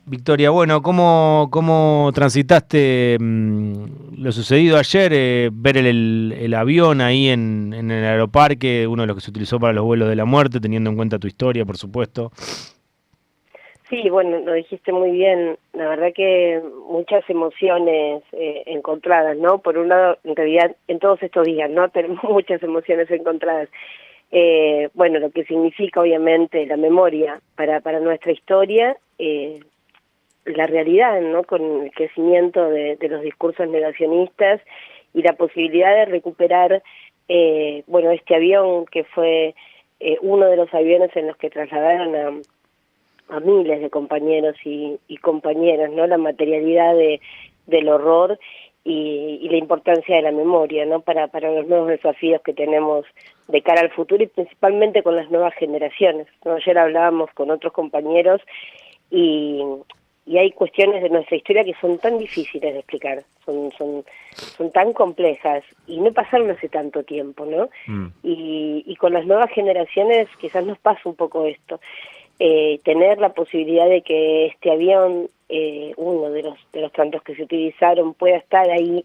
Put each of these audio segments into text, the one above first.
Victoria, bueno, ¿cómo transitaste lo sucedido ayer? Ver el avión ahí en el aeroparque, uno de los que se utilizó para los vuelos de la muerte, teniendo en cuenta tu historia, por supuesto. Sí, bueno, lo dijiste muy bien. La verdad que muchas emociones encontradas, ¿no? Por un lado, en realidad, en todos estos días, ¿no? Tenemos muchas emociones encontradas. Bueno, lo que significa, obviamente, la memoria para nuestra historia, la realidad, ¿no? Con el crecimiento de los discursos negacionistas y la posibilidad de recuperar, bueno, este avión que fue uno de los aviones en los que trasladaron a miles de compañeros y compañeras, ¿no? La materialidad del horror y la importancia de la memoria, ¿no? Para los nuevos desafíos que tenemos de cara al futuro y principalmente con las nuevas generaciones, ¿no? Ayer hablábamos con otros compañeros y, y hay cuestiones de nuestra historia que son tan difíciles de explicar, son tan complejas y no pasaron hace tanto tiempo, ¿no? Mm. Y con las nuevas generaciones quizás nos pasa un poco esto. Tener la posibilidad de que este avión, uno de los tantos que se utilizaron, pueda estar ahí,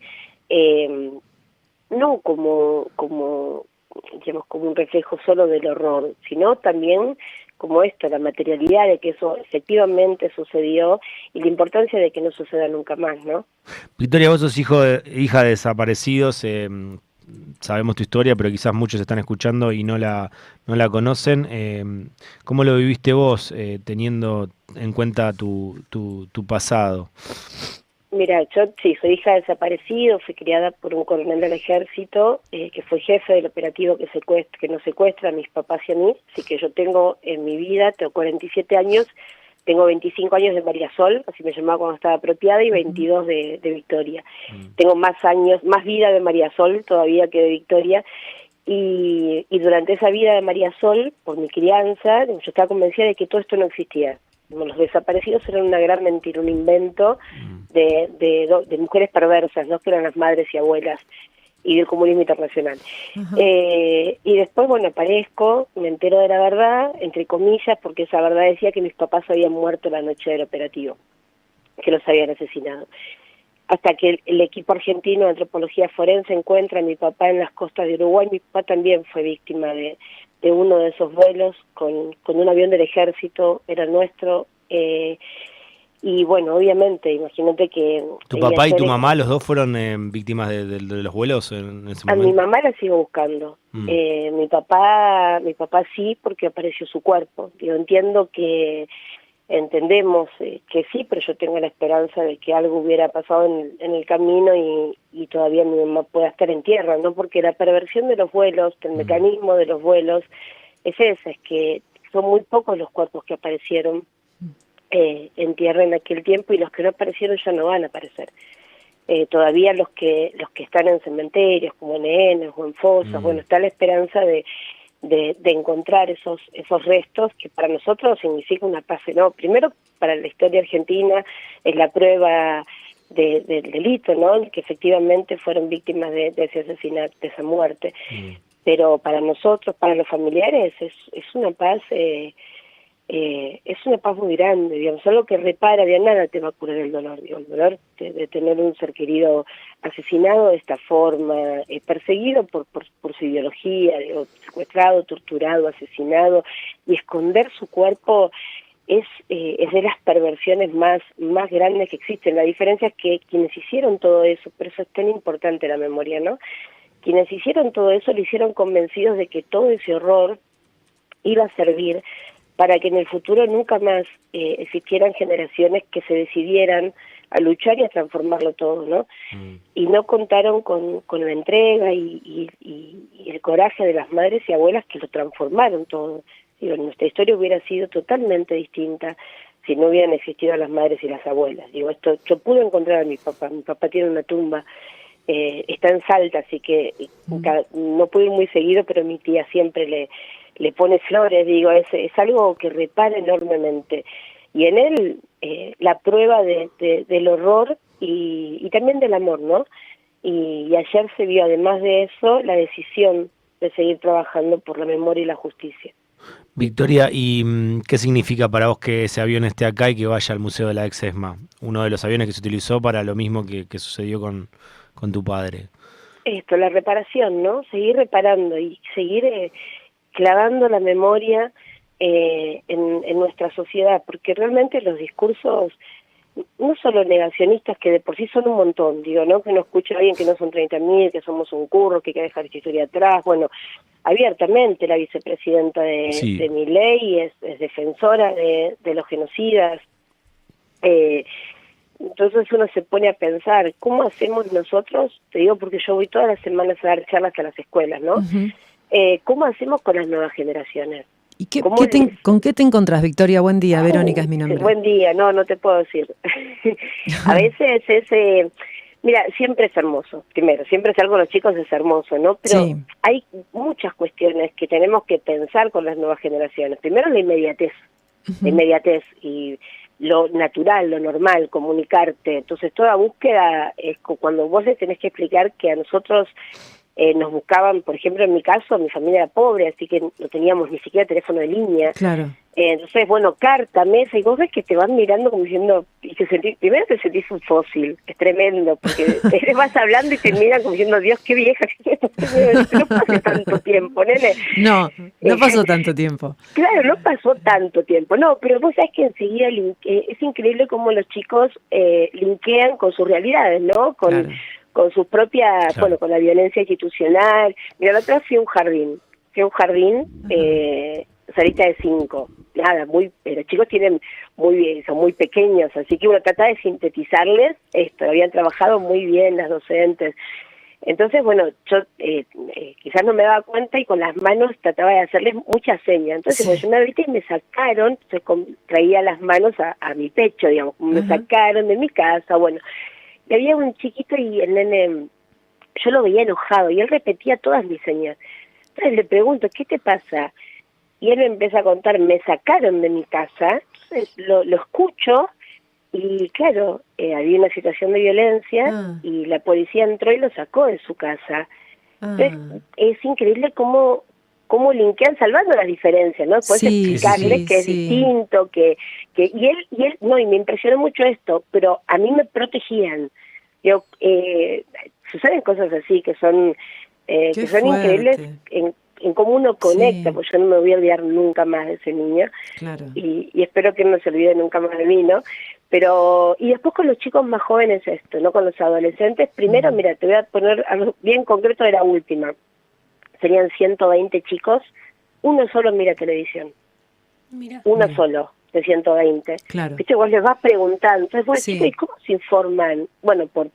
no digamos, como un reflejo solo del horror, sino también como esto, la materialidad de que eso efectivamente sucedió y la importancia de que no suceda nunca más, ¿no? Victoria, vos sos hija de desaparecidos, sabemos tu historia, pero quizás muchos están escuchando y no la conocen. ¿Cómo lo viviste vos, teniendo en cuenta tu pasado? Mira, yo sí, soy hija de desaparecido, fui criada por un coronel del ejército que fue jefe del operativo que nos secuestra a mis papás y a mí, así que yo tengo en mi vida, tengo 47 años, tengo 25 años de María Sol, así me llamaba cuando estaba apropiada, y 22 de Victoria. Tengo más años, más vida de María Sol todavía que de Victoria, y durante esa vida de María Sol, por mi crianza, yo estaba convencida de que todo esto no existía. Los desaparecidos eran una gran mentira, un invento de mujeres perversas, ¿no? Que eran las madres y abuelas, y del comunismo internacional. Y después, bueno, aparezco, me entero de la verdad, entre comillas, porque esa verdad decía que mis papás habían muerto la noche del operativo, que los habían asesinado. Hasta que el equipo argentino de antropología forense encuentra a mi papá en las costas de Uruguay. Mi papá también fue víctima de uno de esos vuelos con un avión del ejército, era nuestro, y bueno, obviamente, imagínate que ¿Tu y papá y tu ayer mamá, los dos fueron víctimas de los vuelos en ese a mi momento? mamá la sigo buscando. Mm. Mi papá sí, porque apareció su cuerpo. Yo entiendo que entendemos que sí, pero yo tengo la esperanza de que algo hubiera pasado en el camino y todavía mi mamá pueda estar en tierra, ¿no? Porque la perversión de los vuelos, el mecanismo de los vuelos, es esa, es que son muy pocos los cuerpos que aparecieron en tierra en aquel tiempo, y los que no aparecieron ya no van a aparecer. Todavía los que están en cementerios, como en Enes o en fosas, bueno, está la esperanza de encontrar esos restos, que para nosotros significa una paz enorme. Primero, para la historia argentina es la prueba del delito, ¿no? Que efectivamente fueron víctimas de ese asesinato, de esa muerte. Pero para nosotros, para los familiares, es una paz. Es una paz muy grande, digamos, algo que repara, de nada te va a curar el dolor, digo, el dolor de tener un ser querido asesinado de esta forma, perseguido por su ideología, digo, secuestrado, torturado, asesinado, y esconder su cuerpo es de las perversiones más grandes que existen. La diferencia es que quienes hicieron todo eso, por eso es tan importante la memoria, ¿no? Quienes hicieron todo eso lo hicieron convencidos de que todo ese horror iba a servir para que en el futuro nunca más existieran generaciones que se decidieran a luchar y a transformarlo todo, ¿no? Y no contaron con la entrega y el coraje de las madres y abuelas que lo transformaron todo. Digo, nuestra historia hubiera sido totalmente distinta si no hubieran existido las madres y las abuelas. Digo, esto, yo pude encontrar a mi papá tiene una tumba, está en Salta, así que no pude ir muy seguido, pero mi tía siempre le pone flores, digo, es algo que repara enormemente. Y en él la prueba del horror y también del amor, ¿no? Y ayer se vio, además de eso, la decisión de seguir trabajando por la memoria y la justicia. Victoria, ¿y qué significa para vos que ese avión esté acá y que vaya al Museo de la Ex-ESMA? Uno de los aviones que se utilizó para lo mismo que sucedió con tu padre. Esto, la reparación, ¿no? Seguir reparando y seguir clavando la memoria en nuestra sociedad, porque realmente los discursos, no solo negacionistas, que de por sí son un montón, digo, ¿no? Que no escucha a alguien que no son 30.000, que somos un curro, que hay que dejar esta historia atrás, bueno, abiertamente la vicepresidenta Sí. de Milei es defensora de los genocidas. Entonces uno se pone a pensar, ¿cómo hacemos nosotros? Te digo porque yo voy todas las semanas a dar charlas a las escuelas, ¿no? Ujú. ¿Cómo hacemos con las nuevas generaciones? ¿Y ¿Cómo les... con qué te encontrás, Victoria? Buen día, Verónica es mi nombre. Buen día, no te puedo decir. A veces mira, siempre es hermoso, primero, siempre estar con los chicos es hermoso, ¿no? Pero Sí. hay muchas cuestiones que tenemos que pensar con las nuevas generaciones. Primero la inmediatez y lo natural, lo normal, comunicarte. Entonces toda búsqueda es cuando vos les tenés que explicar que a nosotros nos buscaban, por ejemplo, en mi caso, mi familia era pobre, así que no teníamos ni siquiera teléfono de línea. Claro. Entonces, bueno, carta, mesa, y vos ves que te van mirando como diciendo, y primero te sentís un fósil, es tremendo, porque te vas hablando y te miran como diciendo, Dios, qué vieja, no pasó tanto tiempo, nene. No pasó tanto tiempo. Claro, no pasó tanto tiempo, no, pero vos sabés que enseguida es increíble cómo los chicos linkean con sus realidades, ¿no? Claro. Con sus propias, Claro. bueno, con la violencia institucional. Mira, la otra fui a un jardín, salita de 5, nada, los chicos son muy pequeños, así que uno trata de sintetizarles esto, habían trabajado muy bien las docentes. Entonces, bueno, yo quizás no me daba cuenta y con las manos trataba de hacerles muchas señas. Entonces, Sí. cuando yo me ahorita y me sacaron, entonces traía las manos a mi pecho, digamos, me Ajá. sacaron de mi casa, bueno. Y había un chiquito y el nene, yo lo veía enojado y él repetía todas mis señas. Entonces le pregunto, ¿qué te pasa? Y él me empieza a contar, me sacaron de mi casa, entonces lo escucho y claro, había una situación de violencia y la policía entró y lo sacó de su casa. Entonces es increíble cómo linkean salvando las diferencias, ¿no? Puedes Sí, explicarle sí, que es sí. distinto, y él, no, y me impresionó mucho esto, pero a mí me protegían. Yo, suceden cosas así que son Qué increíbles fuerte. en cómo uno conecta, Sí. pues yo no me voy a olvidar nunca más de ese niño, Claro. y espero que no se olvide nunca más de mí, ¿no? Pero, y después con los chicos más jóvenes esto, ¿no? Con los adolescentes, primero, mira, te voy a poner algo bien concreto de la última. Serían 120 chicos, uno solo mira televisión, Mira. uno solo de 120. Claro. Viste, vos les vas preguntando, entonces vos Sí. decís, ¿y cómo se informan? Bueno, por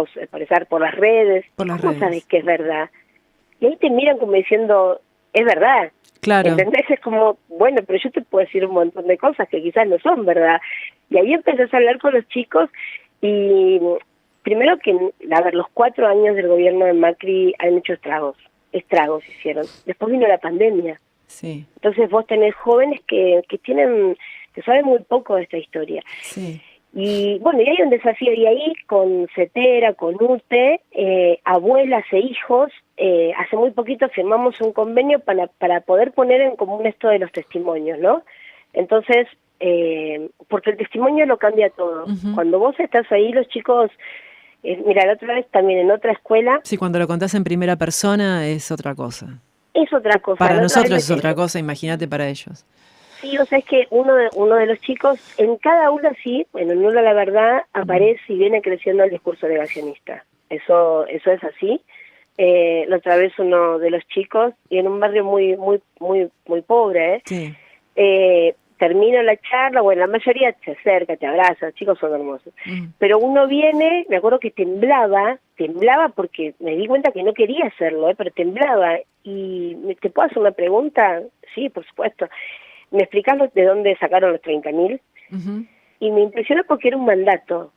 las redes, Por las ¿cómo redes. sabes que es verdad? Y ahí te miran como diciendo, es verdad. Claro. ¿Entendés? Es como, bueno, pero yo te puedo decir un montón de cosas que quizás no son verdad. Y ahí empezás a hablar con los chicos y primero que, a ver, los 4 años del gobierno de Macri han hecho estragos hicieron. Después vino la pandemia. Sí. Entonces vos tenés jóvenes que saben muy poco de esta historia. Sí. Y bueno, y hay un desafío, y ahí con CETERA, con UTE, abuelas e hijos, hace muy poquito firmamos un convenio para poder poner en común esto de los testimonios, ¿no? Entonces, porque el testimonio lo cambia todo. Ujú. Cuando vos estás ahí, los chicos, mira, la otra vez también en otra escuela, Sí, cuando lo contás en primera persona es otra cosa. es otra cosa. Para La otra nosotros vez es otra cosa, imagínate para ellos. Sí, o sea, es que uno de los chicos, en cada aula sí, bueno, en una la verdad, aparece y viene creciendo el discurso negacionista. Eso es así. La otra vez uno de los chicos, y en un barrio muy pobre, Sí. termina la charla, bueno, la mayoría te acerca, te abraza, los chicos son hermosos. Pero uno viene, me acuerdo que temblaba porque me di cuenta que no quería hacerlo, pero temblaba. Y, ¿te puedo hacer una pregunta? Sí, por supuesto. ¿Me explicás de dónde sacaron los 30.000? Ujú. Y me impresionó porque era un mandato,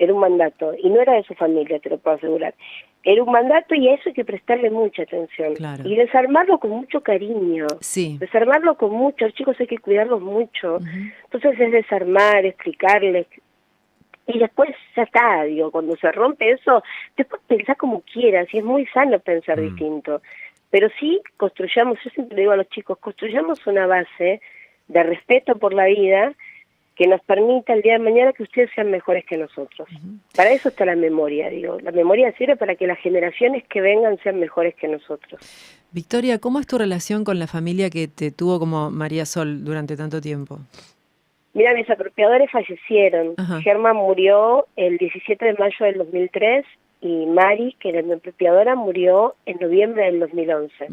y no era de su familia, te lo puedo asegurar. Era un mandato y a eso hay que prestarle mucha atención. Claro. Y desarmarlo con mucho cariño. Sí. Desarmarlo con mucho, los chicos hay que cuidarlos mucho. Ujú. Entonces es desarmar, explicarles. Y después ya está, digo, cuando se rompe eso, después pensá como quieras, y es muy sano pensar distinto. pero sí construyamos, yo siempre le digo a los chicos, construyamos una base de respeto por la vida que nos permita el día de mañana que ustedes sean mejores que nosotros. Para eso está la memoria, digo. La memoria sirve para que las generaciones que vengan sean mejores que nosotros. Victoria, ¿cómo es tu relación con la familia que te tuvo como María Sol durante tanto tiempo? Mira, mis apropiadores fallecieron. Ajá. Germán murió el 17 de mayo del 2003 y Mari, que era mi apropiadora, murió en noviembre del 2011.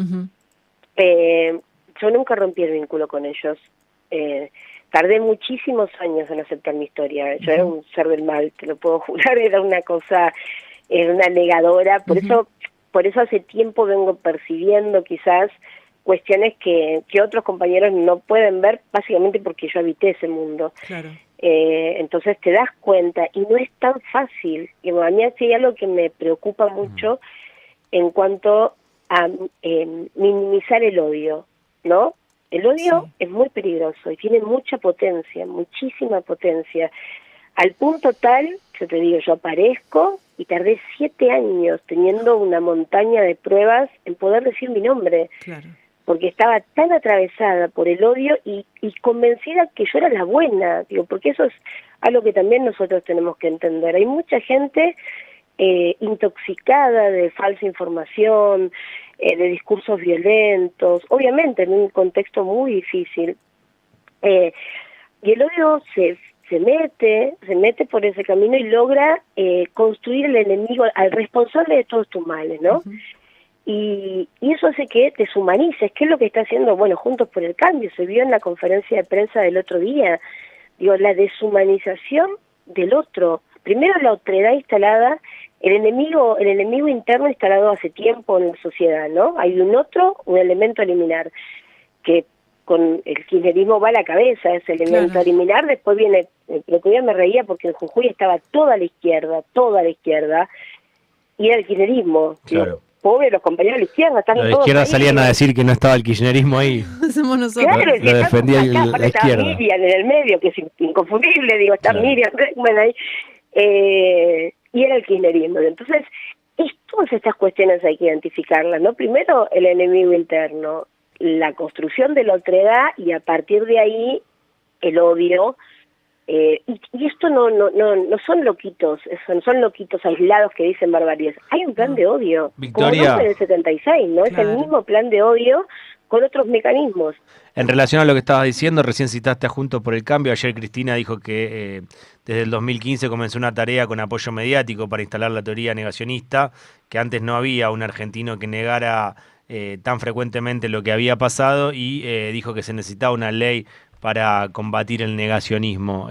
Yo nunca rompí el vínculo con ellos. Tardé muchísimos años en aceptar mi historia. Yo era un ser del mal, te lo puedo jurar, era una cosa, era una negadora. Por eso hace tiempo vengo percibiendo quizás cuestiones que otros compañeros no pueden ver, básicamente porque yo habité ese mundo. Claro. Entonces te das cuenta, y no es tan fácil. Y a mí hay algo que me preocupa mucho en cuanto a minimizar el odio, ¿no? El odio es muy peligroso y tiene mucha potencia, muchísima potencia. Al punto tal, yo te digo, yo aparezco y tardé 7 años teniendo una montaña de pruebas en poder decir mi nombre. Claro. Porque estaba tan atravesada por el odio y convencida que yo era la buena, digo, porque eso es algo que también nosotros tenemos que entender. Hay mucha gente intoxicada de falsa información, de discursos violentos, obviamente en un contexto muy difícil. Y el odio se mete por ese camino y logra construir el enemigo, al responsable de todos tus males, ¿no? Y eso hace que deshumanices, que es lo que está haciendo, bueno, Juntos por el Cambio, se vio en la conferencia de prensa del otro día, digo, la deshumanización del otro. Primero la otredad instalada, el enemigo interno instalado hace tiempo en la sociedad, ¿no? Hay un elemento a eliminar, que con el kirchnerismo va a la cabeza ese elemento a eliminar. Después viene, el otro día me reía porque en Jujuy estaba toda la izquierda, y era el kirchnerismo. Claro. Digo, pobre los compañeros de la izquierda, están Los de todos izquierda ahí, salían a decir que no estaba el kirchnerismo ahí. Somos nosotros. Claro, lo defendía la está izquierda. Miriam en el medio, que es inconfundible, digo, está Claro. Miriam Reckman ahí, y era el kirchnerismo. Entonces, todas estas cuestiones hay que identificarlas, ¿no? Primero, el enemigo interno, la construcción de la otredad, y a partir de ahí, el odio. Y esto no son loquitos, son loquitos aislados que dicen barbaridades. Hay un plan de odio, Victoria, como del 76, ¿no? Es el mismo plan de odio con otros mecanismos. en relación a lo que estabas diciendo, recién citaste a Juntos por el Cambio. Ayer Cristina dijo que desde el 2015 comenzó una tarea con apoyo mediático para instalar la teoría negacionista, que antes no había un argentino que negara tan frecuentemente lo que había pasado, y dijo que se necesitaba una ley para combatir el negacionismo.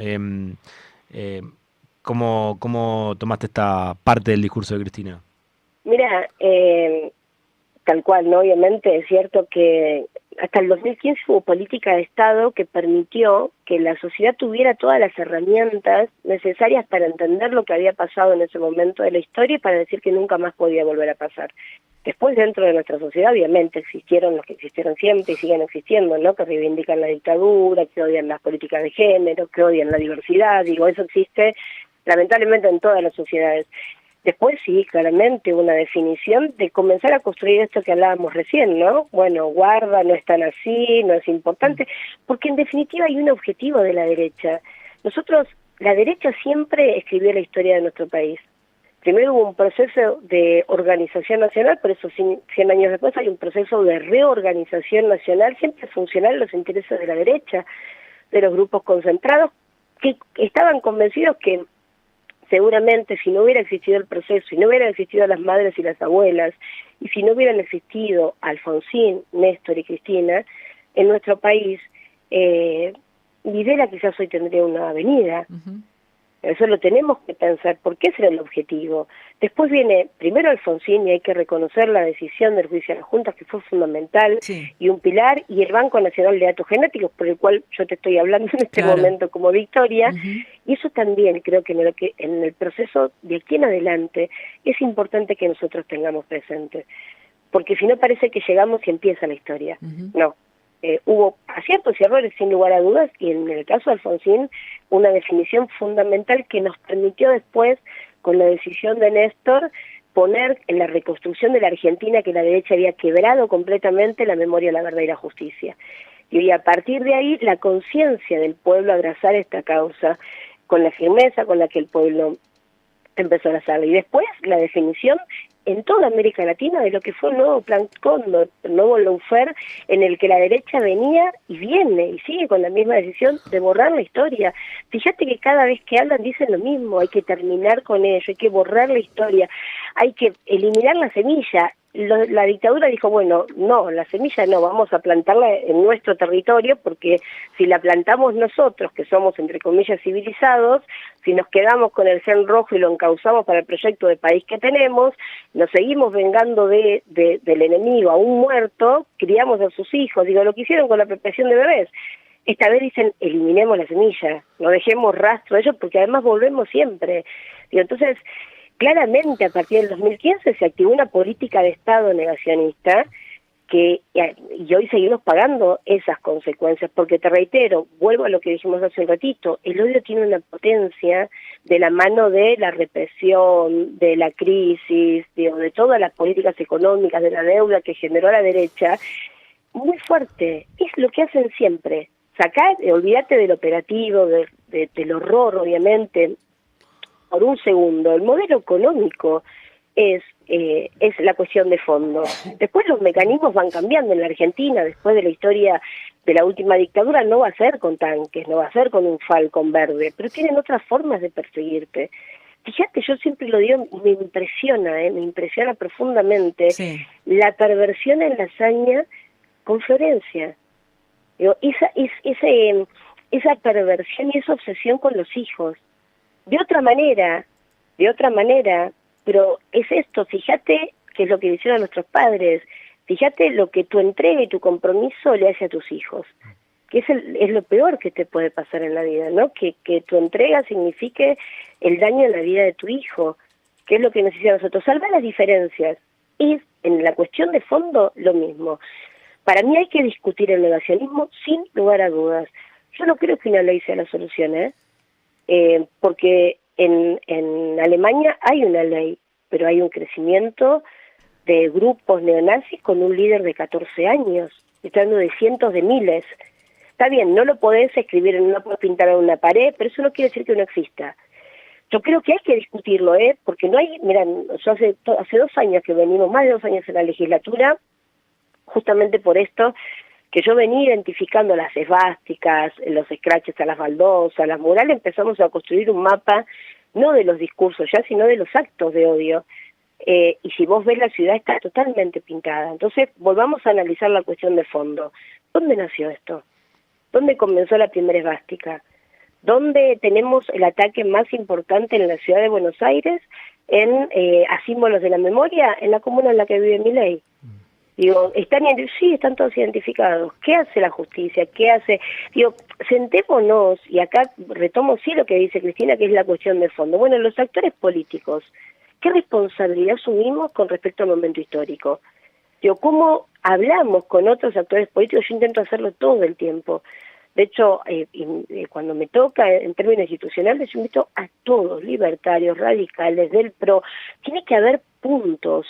¿Cómo tomaste esta parte del discurso de Cristina? Mira, tal cual, ¿no? Obviamente es cierto que hasta el 2015 hubo política de Estado que permitió que la sociedad tuviera todas las herramientas necesarias para entender lo que había pasado en ese momento de la historia y para decir que nunca más podía volver a pasar. Después, dentro de nuestra sociedad, obviamente, existieron los que existieron siempre y siguen existiendo, ¿no? Que reivindican la dictadura, que odian las políticas de género, que odian la diversidad. Digo, eso existe lamentablemente en todas las sociedades. Después sí, claramente, una definición de comenzar a construir esto que hablábamos recién, ¿no? Bueno, guarda, no es tan así, no es importante, porque en definitiva hay un objetivo de la derecha. Nosotros, la derecha siempre escribió la historia de nuestro país. Primero hubo un proceso de organización nacional, por eso 100 años después hay un proceso de reorganización nacional, siempre funcional a los intereses de la derecha, de los grupos concentrados, que estaban convencidos que seguramente si no hubiera existido el proceso, si no hubieran existido las madres y las abuelas, y si no hubieran existido Alfonsín, Néstor y Cristina, en nuestro país, Videla quizás hoy tendría una avenida. Eso lo tenemos que pensar, porque ese era el objetivo. Después viene primero Alfonsín, y hay que reconocer la decisión del juicio de las juntas, que fue fundamental, y un pilar, y el Banco Nacional de Datos Genéticos, por el cual yo te estoy hablando en este momento como Victoria, y eso también creo que en el proceso de aquí en adelante es importante que nosotros tengamos presente, porque si no parece que llegamos y empieza la historia. No. Hubo aciertos y errores sin lugar a dudas, y en el caso de Alfonsín una definición fundamental que nos permitió después, con la decisión de Néstor, poner en la reconstrucción de la Argentina que la derecha había quebrado completamente la memoria, la verdad y la justicia. Y a partir de ahí la conciencia del pueblo abrazar esta causa con la firmeza con la que el pueblo empezó a hacerlo. Y después la definición en toda América Latina de lo que fue el nuevo Plan Cóndor, el nuevo lawfare, en el que la derecha venía y viene y sigue con la misma decisión de borrar la historia. Fíjate que cada vez que hablan dicen lo mismo, hay que terminar con ello, hay que borrar la historia, hay que eliminar la semilla. La dictadura dijo, bueno, no, la semilla no, vamos a plantarla en nuestro territorio, porque si la plantamos nosotros, que somos entre comillas civilizados, si nos quedamos con el gen rojo y lo encauzamos para el proyecto de país que tenemos, nos seguimos vengando del enemigo a un muerto, criamos a sus hijos, digo, lo que hicieron con la apropiación de bebés. Esta vez dicen, eliminemos la semilla, no dejemos rastro de ellos, porque además volvemos siempre. Digo, entonces, claramente a partir del 2015 se activó una política de Estado negacionista y hoy seguimos pagando esas consecuencias, porque te reitero, vuelvo a lo que dijimos hace un ratito, el odio tiene una potencia de la mano de la represión, de la crisis, de todas las políticas económicas, de la deuda que generó la derecha, muy fuerte. Es lo que hacen siempre, sacar, olvídate del operativo, del horror obviamente, por un segundo, el modelo económico es la cuestión de fondo. Después los mecanismos van cambiando en la Argentina, después de la historia de la última dictadura, no va a ser con tanques, no va a ser con un Falcon verde, pero tienen otras formas de perseguirte. Fíjate, yo siempre lo digo, me impresiona profundamente la perversión en la hazaña con Florencia. Digo, esa perversión y esa obsesión con los hijos. De otra manera, pero es esto, fíjate que es lo que hicieron nuestros padres, fíjate lo que tu entrega y tu compromiso le hace a tus hijos, que es lo peor que te puede pasar en la vida, ¿no? Que tu entrega signifique el daño en la vida de tu hijo, que es lo que necesitamos nosotros. Salvar las diferencias, es en la cuestión de fondo lo mismo. Para mí hay que discutir el negacionismo sin lugar a dudas. Yo no creo que una ley sea la solución, porque en Alemania hay una ley, pero hay un crecimiento de grupos neonazis con un líder de 14 años, estoy hablando de cientos de miles. Está bien, no lo podés escribir, no podés pintar en una pared, pero eso no quiere decir que no exista. Yo creo que hay que discutirlo, porque no hay, mira, yo hace 2 años que venimos, más de 2 años en la legislatura, justamente por esto, que yo venía identificando las esvásticas, los scratches a las baldosas, las murales, empezamos a construir un mapa, no de los discursos ya, sino de los actos de odio. Y si vos ves, la ciudad está totalmente pintada. Entonces, volvamos a analizar la cuestión de fondo. ¿Dónde nació esto? ¿Dónde comenzó la primera esvástica? ¿Dónde tenemos el ataque más importante en la ciudad de Buenos Aires a símbolos de la memoria? En la comuna en la que vive Milei. Digo, están todos identificados. ¿Qué hace la justicia? ¿Qué hace? Digo, sentémonos, y acá retomo lo que dice Cristina, que es la cuestión de fondo. Bueno, los actores políticos, ¿qué responsabilidad asumimos con respecto al momento histórico? Digo, ¿cómo hablamos con otros actores políticos? Yo intento hacerlo todo el tiempo. De hecho, cuando me toca en términos institucionales, yo invito a todos, libertarios, radicales, del PRO. Tiene que haber puntos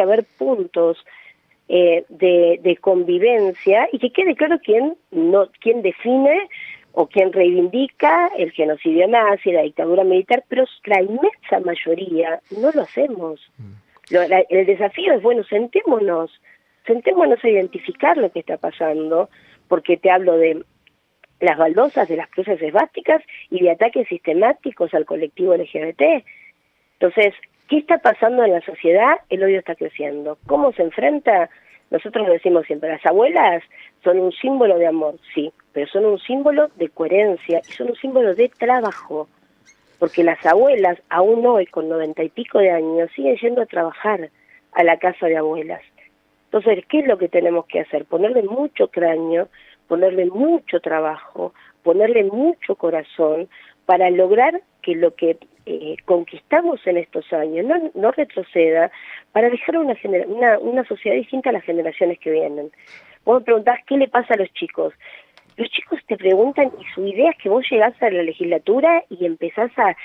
de convivencia, y que quede claro quién define o quién reivindica el genocidio nazi, la dictadura militar, pero la inmensa mayoría no lo hacemos. El desafío es, bueno, sentémonos a identificar lo que está pasando, porque te hablo de las baldosas, de las cruces esvásticas y de ataques sistemáticos al colectivo LGBT. Entonces, ¿qué está pasando en la sociedad? El odio está creciendo. ¿Cómo se enfrenta? Nosotros lo decimos siempre, las abuelas son un símbolo de amor, sí, pero son un símbolo de coherencia y son un símbolo de trabajo, porque las abuelas, aún hoy con 90 y pico de años, siguen yendo a trabajar a la casa de abuelas. Entonces, ¿qué es lo que tenemos que hacer? Ponerle mucho cráneo, ponerle mucho trabajo, ponerle mucho corazón para lograr que lo que conquistamos en estos años no retroceda, para dejar una sociedad distinta a las generaciones que vienen. Vos me preguntás qué le pasa a los chicos. Los chicos te preguntan, y su idea es que vos llegás a la legislatura y empezás a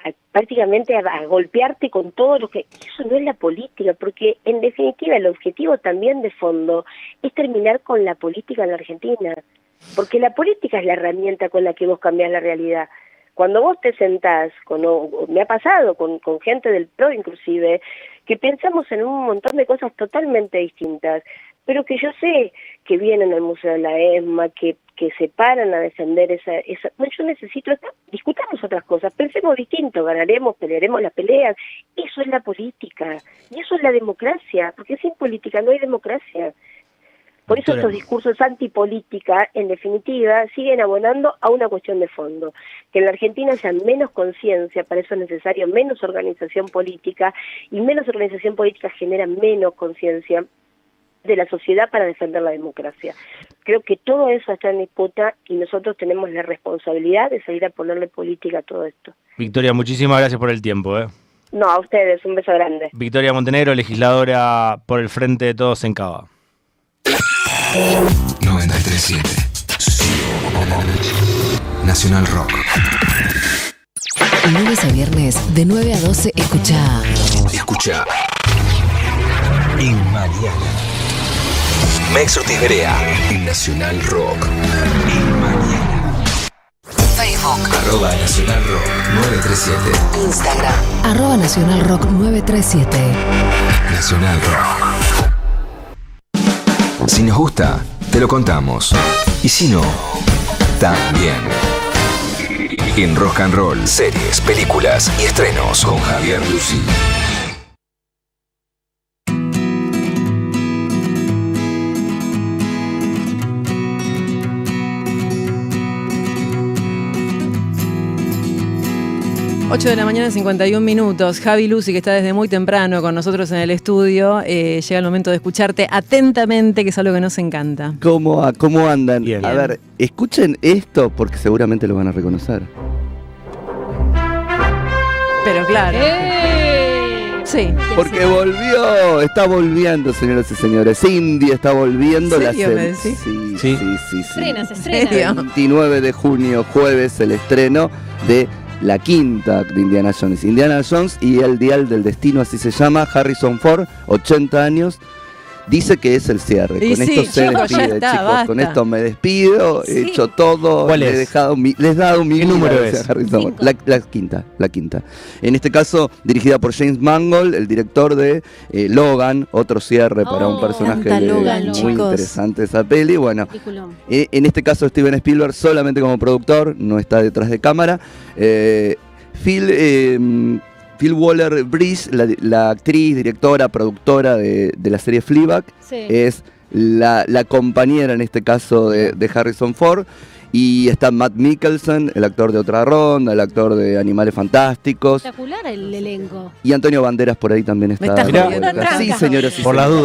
prácticamente a golpearte con todo lo que... Eso no es la política, porque en definitiva el objetivo también de fondo es terminar con la política en la Argentina, porque la política es la herramienta con la que vos cambiás la realidad. Cuando vos te sentás, me ha pasado con gente del PRO inclusive, que pensamos en un montón de cosas totalmente distintas, pero que yo sé que vienen al Museo de la ESMA, que se paran a defender esa... Bueno, yo necesito... Discutamos otras cosas, pensemos distinto, ganaremos, pelearemos las peleas. Eso es la política, y eso es la democracia, porque sin política no hay democracia. Por eso estos discursos antipolítica, en definitiva, siguen abonando a una cuestión de fondo. Que en la Argentina haya menos conciencia, para eso es necesario menos organización política, y menos organización política genera menos conciencia de la sociedad para defender la democracia. Creo que todo eso está en disputa y nosotros tenemos la responsabilidad de salir a ponerle política a todo esto. Victoria, muchísimas gracias por el tiempo. No, a ustedes, un beso grande. Victoria Montenegro, legisladora por el Frente de Todos en Cava. 93.7 Nacional Rock. Lunes a viernes de 9 a 12 Escucha En Mariana Mex Ortiz Berea en Nacional Rock. En Mariana. Facebook @Nacional Rock 937. Instagram @Nacional Rock 937. Nacional Rock. Si nos gusta, te lo contamos. Y si no, también. En Rock and Roll, series, películas y estrenos con Javier Lucy. Ocho de la mañana, 51 minutos. Javi Lucy, que está desde muy temprano con nosotros en el estudio. Llega el momento de escucharte atentamente, que es algo que nos encanta. ¿Cómo andan? Bien. A ver, escuchen esto porque seguramente lo van a reconocer. Pero claro. Sí. Porque está volviendo, señoras y señores. Cindy está volviendo. ¿En serio, me decís? Sí. Se estrena. 29 de junio, jueves, el estreno de la quinta de Indiana Jones. Indiana Jones y el Dial del Destino, así se llama. Harrison Ford, 80 años. Dice que es el cierre. Y con sí, esto se chicos, despide, ya está, chicos. basta. Con esto me despido. He Sí. hecho todo. ¿Cuál les es? he dado mi ¿Qué número es? Harrison Ford. 5. La quinta. En este caso, dirigida por James Mangold, el director de Logan, otro cierre para un personaje Canta Logan, muy chicos. interesante esa peli. Bueno, Peliculón. en este caso Steven Spielberg solamente como productor, no está detrás de cámara. Phil Waller-Bridge, la actriz, directora, productora de la serie Fleabag, Sí. es la compañera en este caso de Harrison Ford. Y está Matt Mikkelsen, el actor de Otra Ronda, el actor de Animales Fantásticos. Espectacular el elenco. Y Antonio Banderas por ahí también está. Me estás de jodiendo. vuelta. Sí, señoras y Por las señores.